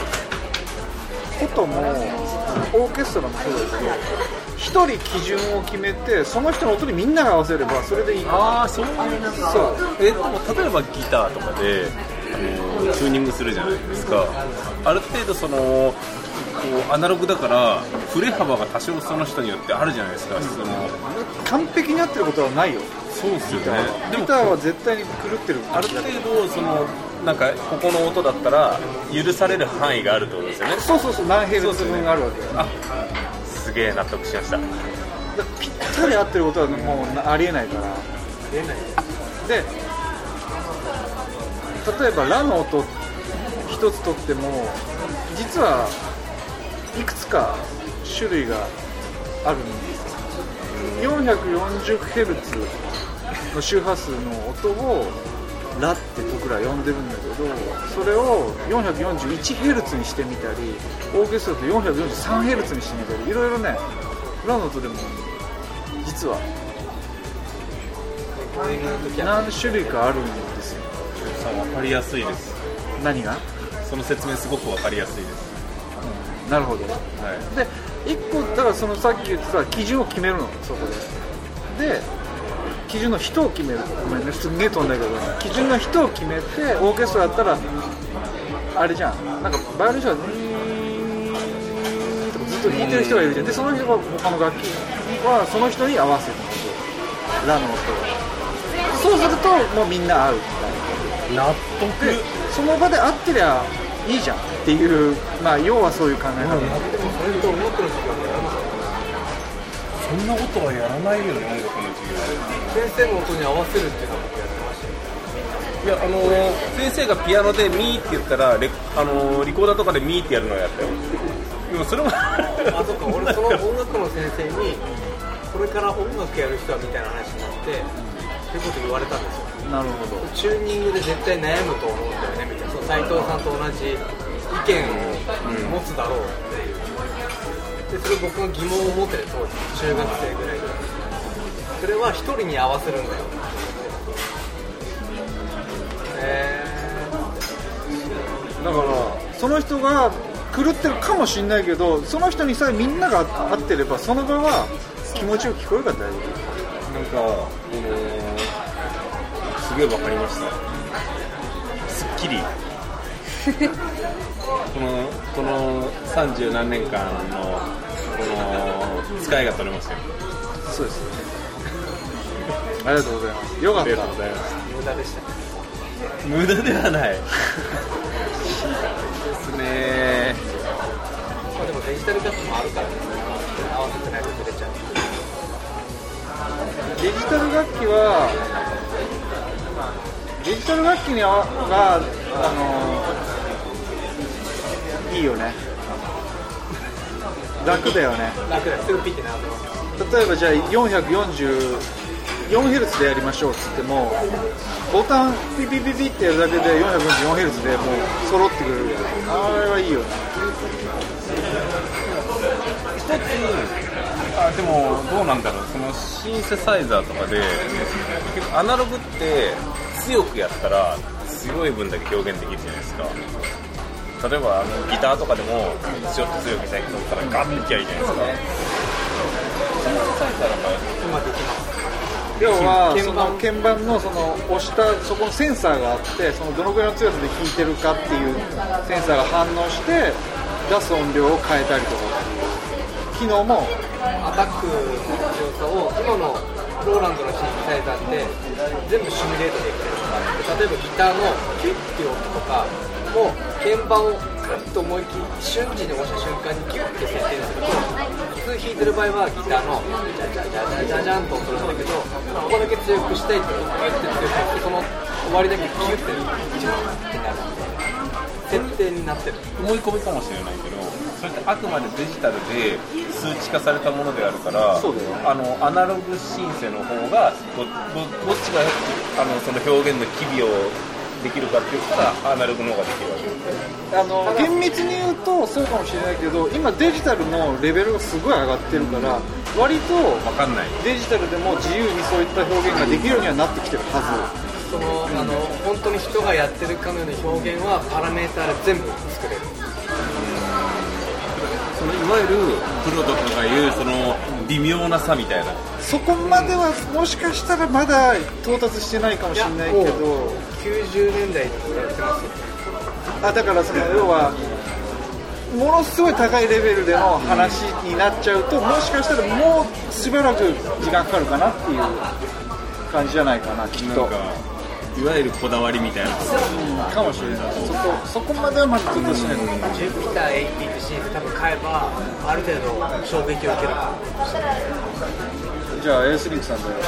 こともオーケストラもそうですけど、一人基準を決めてその人の音にみんなが合わせればそれでいい。 ああ、そういうなんか。そう。でも例えばギターとかでチューニングするじゃないですか。ある程度そのこうアナログだから振れ幅が多少その人によってあるじゃないですか。その完璧に合ってることはないよ。 そうですよね。 ギターは絶対に狂ってる。 ある程度そのなんかここの音だったら許される範囲があるってことですよね。 そうそうそう、何ヘルツ分があるわけ。 あ、すげえ納得しました。 ぴったり合ってることはもうありえないから。 出ないで、例えばラの音一つとっても実はいくつか種類があるんですよ。440Hz の周波数の音をラって僕ら呼んでるんだけど、それを 441Hz にしてみたり、オーケストラと 443Hz にしてみたり、いろいろね、ラの音でも実は何種類かあるんですよ。 分かりやすいです。 何が？ その説明すごく分かりやすいです。 なるほど。 はい、 で1個だからそのさっき言ってた基準を決めるの、そこで。で基準の人を決める。ごめんね、すんげえ飛んだけど、基準の人を決めて、オーケストラだったらあれじゃん、なんかバイオリンの人がとかずっと弾いてる人がいるじゃん。でその人が他の楽器はその人に合わせるのとラの音を。そうするともうみんな合うみたいな。 納得。 でその場で合ってりゃいいじゃんっていう、まあ要はそういう考え方。 でもそれと音楽の授業でやらなかった。 そんなことはやらないよね、音楽の授業。 先生の音に合わせるっていうのは僕やってましたよ。 いや、先生がピアノでミーって言ったらリコーダーとかでミーってやるのをやったよ。でもそれもあ、そっか、俺その音楽の先生にこれから音楽やる人はみたいな話になってそういうこと言われたんですよ。 なるほど。 チューニングで絶対悩むと思うんだよねみたいな。その斉藤さんと同じ意見を持つだろうっていう。でそれ僕が疑問を持ってる当時中学生ぐらいで、それは一人に合わせるんだよ。 だからその人が狂ってるかもしれないけど、その人にさえみんなが合ってればその場は気持ちよく聞こえるから大丈夫。 なんかすげえわかりました。すっきりこの30何年間のこの使いが取れましたよ。 そうですありがとうございます。よかった。 ありがとうございます。 無駄でした。 無駄ではないですね。 まあでもデジタル楽器もあるからね、合わせてないとずれちゃう。 デジタル楽器はデジタル楽器にはいいよね。楽だよね。 楽だよ、すぐピッてなる。 例えばじゃあ444Hz でやりましょうっつってもボタンピピピピってやるだけで 444Hz でもう揃ってくれる。あれはいいよね。 一つでもどうなんだろう、そのシンセサイザーとかで結局アナログって強くやったら強い分だけ表現できるじゃないですか。例えばギターとかでもちょっと強くしたいと思ったらガッていきゃいいじゃないですか。シンセサイザーだから今できます。 要はその鍵盤のその押したそこのセンサーがあって、そのどのくらいの強さで弾いてるかっていうセンサーが反応して出す音量を変えたりとか機能もアタックの強さを今のローランドのシンセサイザーって全部シミュレートできる。例えばギターのキュッていう音とかも鍵盤をグッと思い切り瞬時に押した瞬間にキュッて設定すると、普通弾いてる場合はギターのジャジャジャジャジャンと音なんだけど、ここだけ強くしたいとギュッて強くしてその終わりだけキュッて一番ってなる設定になってる。 思い込みかもしれないけど、それってあくまでデジタルで数値化されたものであるから、 そうだよ。 アナログシンセの方がどっちがその表現の機微をできるかって言ったらアナログの方ができるわけです。 厳密に言うとそうかもしれないけど、今デジタルのレベルがすごい上がってるから、割と分かんない。 デジタルでも自由にそういった表現ができるようにはなってきてるはその本当に人がやってるかのような表現はパラメーターで全部作れる。 そのいわゆるプロとかが言うその微妙な差みたいな、 ず。そこまではもしかしたらまだ到達してないかもしれないけど、 90年代にやってますよ。 だからその要はものすごい高いレベルでの話になっちゃうと、もしかしたらもうしばらく時間かかるかなっていう感じじゃないかな、きっと。 なんかいわゆるこだわりみたいな、 かもしれない。そこまではまだちょっとしない。 ジュピター80ってシーンで多分買えばある程度衝撃を受ける。 じゃあエースリンクさんでお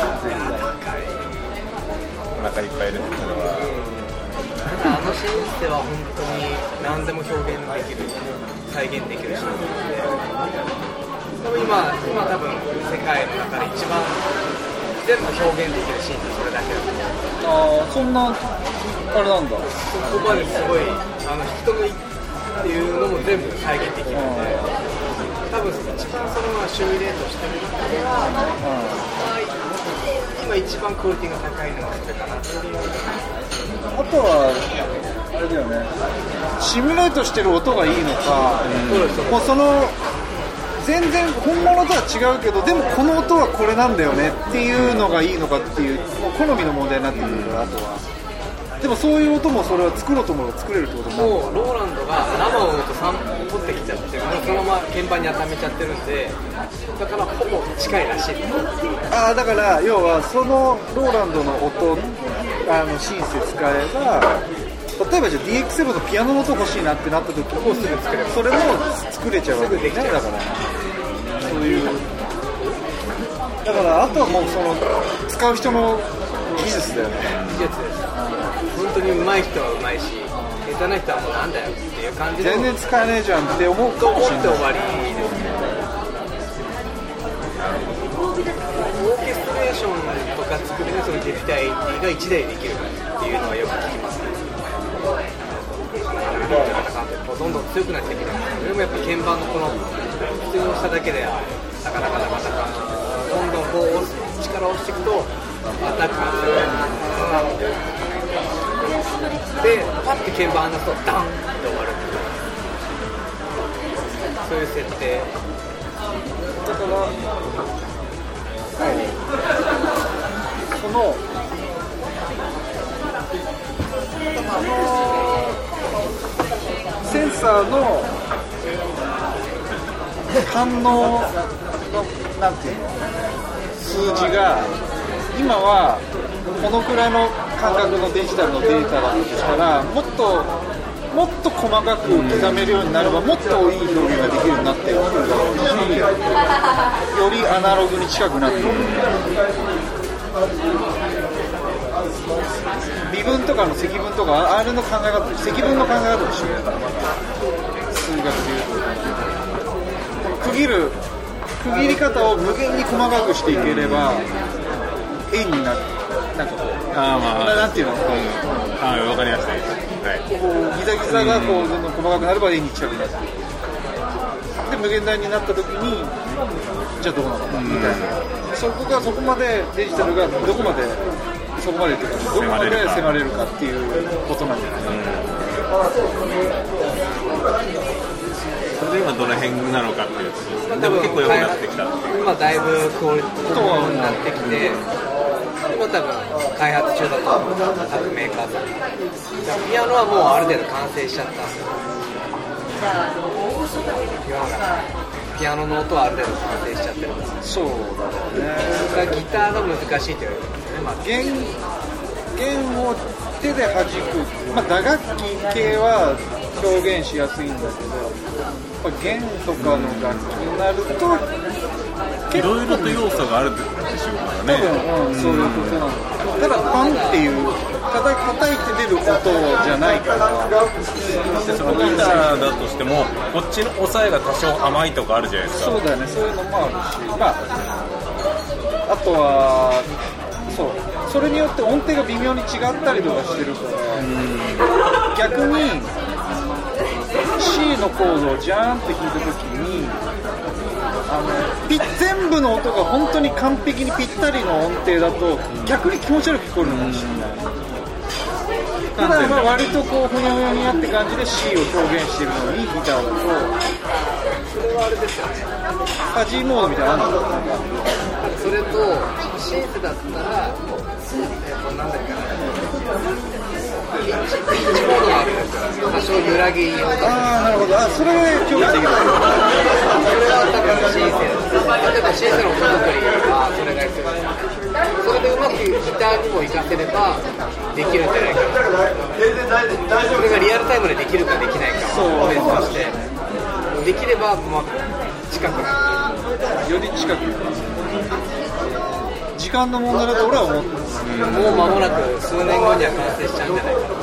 腹いっぱいいるっていうのはシンセは本当に何でも表現できる、再現できるシーンなので、今多分世界の中で一番全部表現できるシーンってそれだけだと思う。 そんなあれなんだ。 そこまですごい人のっていうのも全部再現できるので、多分一番そのシミュレートしてる中では、今一番クオリティが高いのはそれかなっていう。 あとはあれだよね、シミュレートしてる音がいいのか、もうその全然本物とは違うけど、でもこの音はこれなんだよねっていうのがいいのかっていう、もう好みの問題になってくるから。あとはでもそういう音もそれは作ろうと思えば作れるってことになる。 もうローランドが生の音3本取ってきちゃって、もうそのまま鍵盤に当ためちゃってるんで、だからほぼ近いらしい。 だから要はそのローランドの音シンセ使えば、例えばじゃあ DX7 のピアノの音欲しいなってなった時もすぐ作れる。それも作れちゃうわけですね。だからそういう、だからあとはもうその使う人の技術だよね。 技術です。本当に上手い人は上手いし、下手な人はもうなんだよっていう感じで全然使えねえじゃんって思うかもしれない。 終わりですね。オーケストレーションとか作れるそのジュピター80が1台できるっていうのはよく聞きますね。どんどん強くなってきて、でもやっぱ鍵盤のこの普通に押しただけでなかなかどんどんこう力を押していくとアタックが強いで、パッて鍵盤離すとダンって終わる。そういう設定だから、そのセンサーの反応のなんていうの、 数字が今はこのくらいの感覚のデジタルのデータだとしたらもっと細かく刻めるようになればもっといい表現ができるようになってくるだろうし、よりアナログに近くなってくる。微分とかの積分とかあれの考え方、積分の考え方と一緒だから、数学でいうと区切り方を無限に細かくしていければ円になる。なんかこうなんていうの、 わかりました、はい、 ギザギザがこうどんどん細かくなれば円に近くなる。で無限大になった時にじゃあどうなのかみたいな、そこまでデジタルがどこまでそこまでっていうかどこまで迫れるかっていうことなんじゃないかな。 それで今どの辺なのかっていうとでも結構良くなってきたっていう。 今だいぶクオリティになってきて、今多分開発中だと思う、各メーカーさん。ピアノはもうある程度完成しちゃったんですよ。ピアノの音はある程度完成しちゃってるんです。 そうだね。 ギターが難しいと言われてますね。 弦を手で弾く、打楽器系は表現しやすいんだけど、弦とかの楽器になるといろいろと要素があるでしょうからね。 多分、そういうことなんだ。ただパンっていう叩いて出る音じゃないから、 そのギターだとしてもこっちの押さえが多少甘いとかあるじゃないですか。 そうだよね、そういうのもあるし、あとはそれによって音程が微妙に違ったりとかしてるから、逆に C のコードをジャーンって弾いた時に全部の音が本当に完璧にぴったりの音程だと逆に気持ち悪く聞こえるのかもしれない。普段は割とこうふにゃふにゃになって感じで C を表現してるのにギターだとそれはあれですよね、 ファジーモードみたいなのあるのかな。 それとシンセだったらなんだっけな、ピッチモードがあるんですよ。多少揺らぎを。 なるほど。それが表現できる。 それは多分シンセです。例えばシンセの音作りはそれが必要です。それでうまくギターにも活かせればできるんじゃないかな。それがリアルタイムでできるかできないかは別として、できれば近くなる。 より近くなる。時間の問題だと俺は思ってます。 もう間もなく数年後には完成しちゃうんじゃないかな。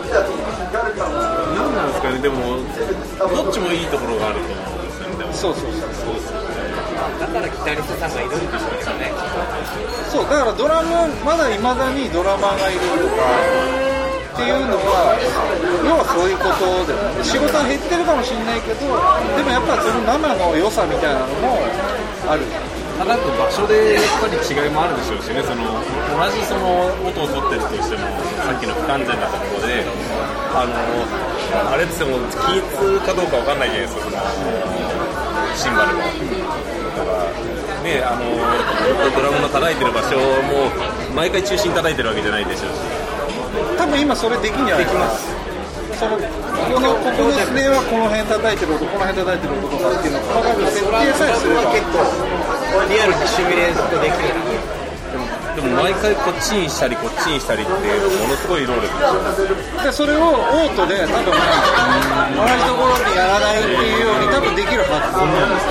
何なんですかね。でもどっちもいいところがあると思うんですよね。そうだからギタリストさんがいるんでしょうね。 そうだからドラムまだ未だにドラマーがいるとかっていうのは要はそういうことで、仕事は減ってるかもしれないけど、でもやっぱその生の良さみたいなのもある。 あと場所でやっぱり違いもあるでしょうしね。同じ音を取ってるとしてもさっきの不完全なところであれっても均一かどうかわかんないじゃないですか、シンバルが。だからね、ドラムの叩いてる場所も毎回中心叩いてるわけじゃないでしょうし、 多分今それできんじゃないかな。ここのスネはこの辺叩いてる音、この辺叩いてる音とかっていうのを細かく設定さえすれば結構リアルにシミュレーションできる。 でも毎回こっちにしたりこっちにしたりっていうものすごい労力で、それをオートで多分同じところにやらないっていうように多分できるはずなんです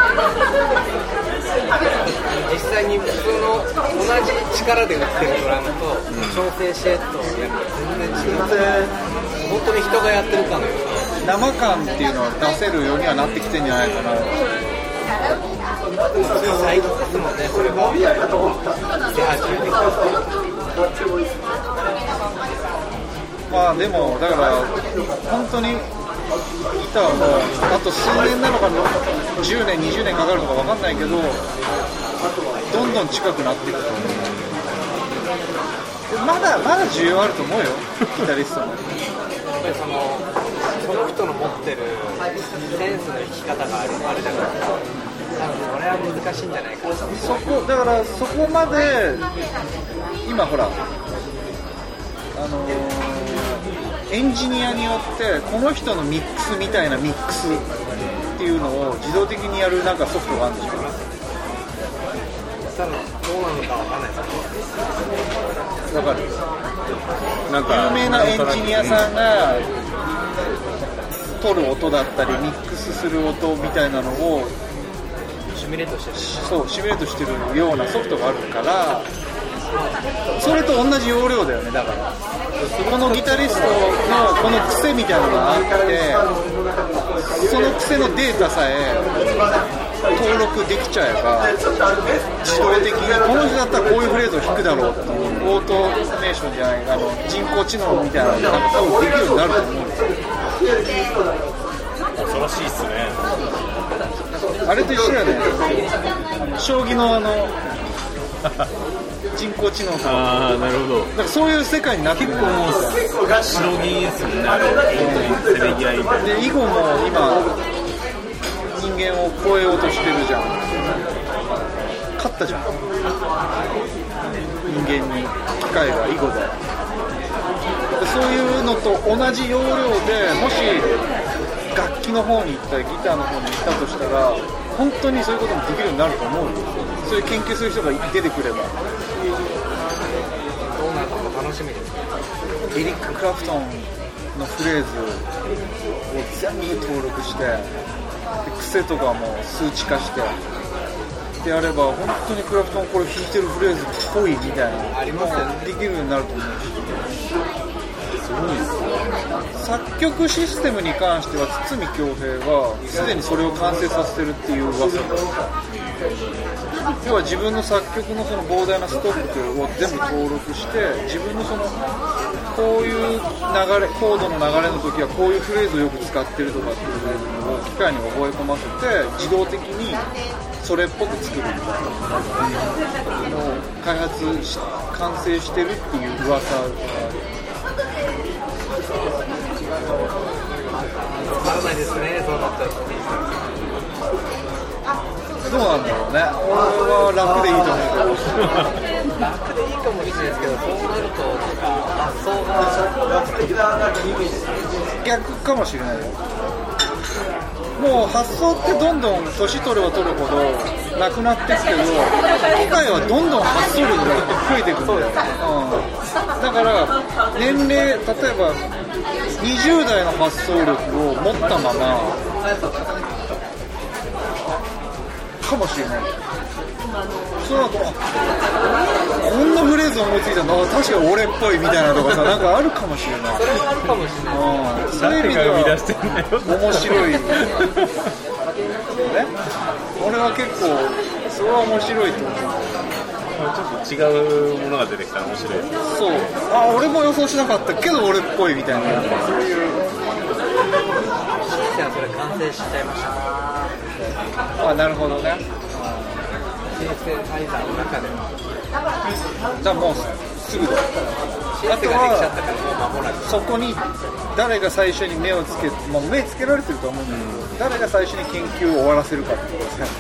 実際に普通の同じ力で打ってるドラムと調整してとやっぱ全然違う。本当に人がやってるかのような生感っていうのは出せるようにはなってきてんじゃないかな。 最近ですもんね、それが出始めてきた。 でもだから本当にギターもあと数年なのか10年20年かかるのか分かんないけど、どんどん近くなっていくと思う。まだ需要あると思うよ、ギタリストも。 やっぱりその人の持ってるセンスの生き方があるじゃないですか。これは難しいんじゃないかな。 だからそこまで今ほらエンジニアによってこの人のミックスみたいなミックスっていうのを自動的にやるなんかソフトがあるんでしょ。 たらどうなのかわかんないですけど。 わかる。 なんか有名なエンジニアさんが撮る音だったりミックスする音みたいなのをシミュレートしてる。 そうシミュレートしてるようなソフトがあるから、それと同じ要領だよね。だからこのギタリストのこの癖みたいなのがあって、その癖のデータさえ登録できちゃえば自動的にこの人だったらこういうフレーズを弾くだろうっていうオートメーションじゃない、人工知能みたいなのが多分できるようになると思うんですよ。 恐ろしいっすね。 あれと一緒だよね。将棋の人工知能とか。 ああ、なるほど。 だからそういう世界になってる。 結構もう白木ですもんね。せめぎ合いで囲碁も今人間を超えようとしてるじゃん。勝ったじゃん。人間に機械が囲碁で。そういうのと同じ要領で、もし楽器の方に行ったりギターの方に行ったとしたら、本当にそういうこともできるようになると思うんですよ。そういう研究する人が出てくれば。 どうなるのか楽しみですね。 エリック・クラプトンのフレーズを全部登録して、で癖とかも数値化してでやれば、本当にクラプトンこれ弾いてるフレーズっぽいみたいなありますよね。 できるようになると思うし、 すごいですね。 作曲システムに関しては筒美京平がすでにそれを完成させてるっていう噂です。要は自分の作曲のその膨大なストックを全部登録して、自分のそのこういう流れ、コードの流れの時はこういうフレーズをよく使ってるとかっていうのを機械に覚え込ませて、自動的にそれっぽく作るみたいなのを開発し完成してるっていう噂がある。 わからないですね、そうなっちゃうと。 どうなんだろうね。俺は楽でいいと思うけど。 楽でいいかもしれないですけど、そうなるとなんか発想が逆かもしれないよ。もう発想ってどんどん年取れば取るほどなくなっていくけど、機械はどんどん発想力が増えていくんだよ、だから年齢、例えば20代の発想力を持ったままかもしれない。そうだと、こんなフレーズ思いついたの、確かに俺っぽいみたいなとかさ、なんかあるかもしれない。 それはあるかもしれない。 そういう意味では誰が生み出してんだよ。 面白いね。俺は結構それは面白いと思う。 ちょっと違うものが出てきたら面白いです。 そう、あ、俺も予想しなかったけど俺っぽいみたいな、そういう。 じゃあそれ完成しちゃいました。 あ、なるほどね。 シンセサイザーの中でじゃあもうすぐだ。 シンセができちゃったからもう間もなく。 そこに誰が最初に目をつけ、もう目つけられてると思うんだけど、誰が最初に研究を終わらせるかってことですね。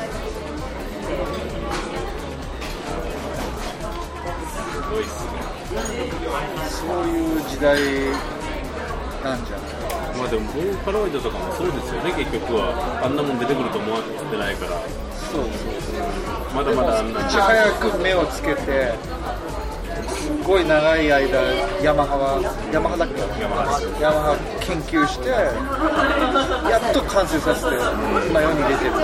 すごいっすね。 そういう時代なんじゃない。 まあでもボーカロイドとかもそうですよね。結局はあんなもん出てくると思ってないから。 そうまだまだあんな。 いち早く目をつけて、すごい長い間ヤマハだっけ、ヤマハ研究してやっと完成させて今世に出てる。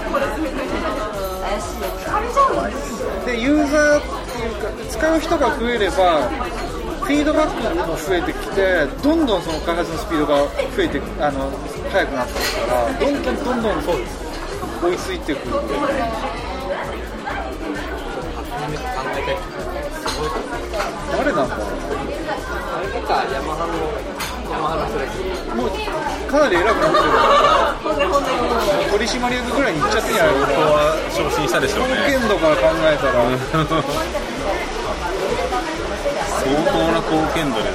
でユーザーっていうか使う人が増えればフィードバックも増えてきて、どんどんその開発のスピードが増えて速くなっていくから、どんどんそうです追いついてくるんで、誰なんだろう。 あれとかヤマハのそれもうかなり偉くなってる。取締役ぐらいに行っちゃってんじゃないかな。 ここは昇進したでしょうね。 貢献度から考えたら相当な貢献度です。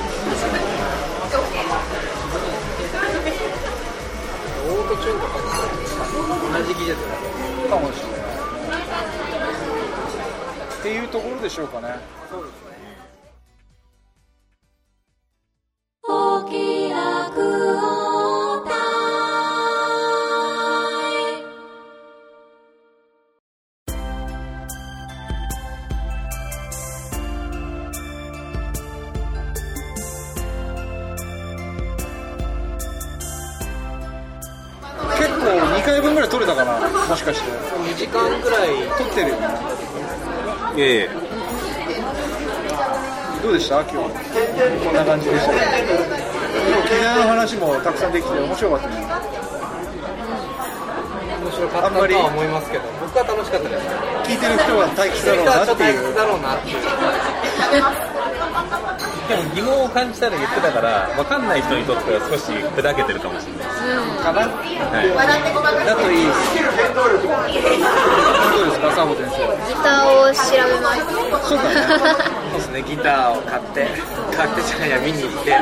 オートチューンとか同じ技術かもしれないっていうところでしょうかね。そうですね。 回分ぐらい撮れたかな、もしかして 2時間ぐらい撮ってるよね。どうでした今日？こんな感じでした。今日機材の話もたくさんできて面白かったね。 面白かったとは思いますけど、僕は楽しかったです。 聞いてる人は退屈だろうなっていう。 でも疑問を感じたら言ってたから、分かんない人にとっては少し砕けてるかもしれないです。 かな？はい。だといいです。どうですか、サボ先生？ ギターを調べます。 そうだね。 そうですね、ギターを買ってじゃないや、見に行って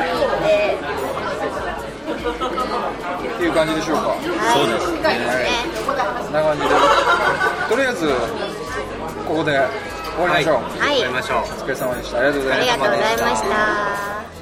っていう感じでしょうか。 そうですね。 こんな感じで、とりあえずここで終わりましょう。 はい。 終わりましょう。 お疲れ様でした。ありがとうございました。 ありがとうございました。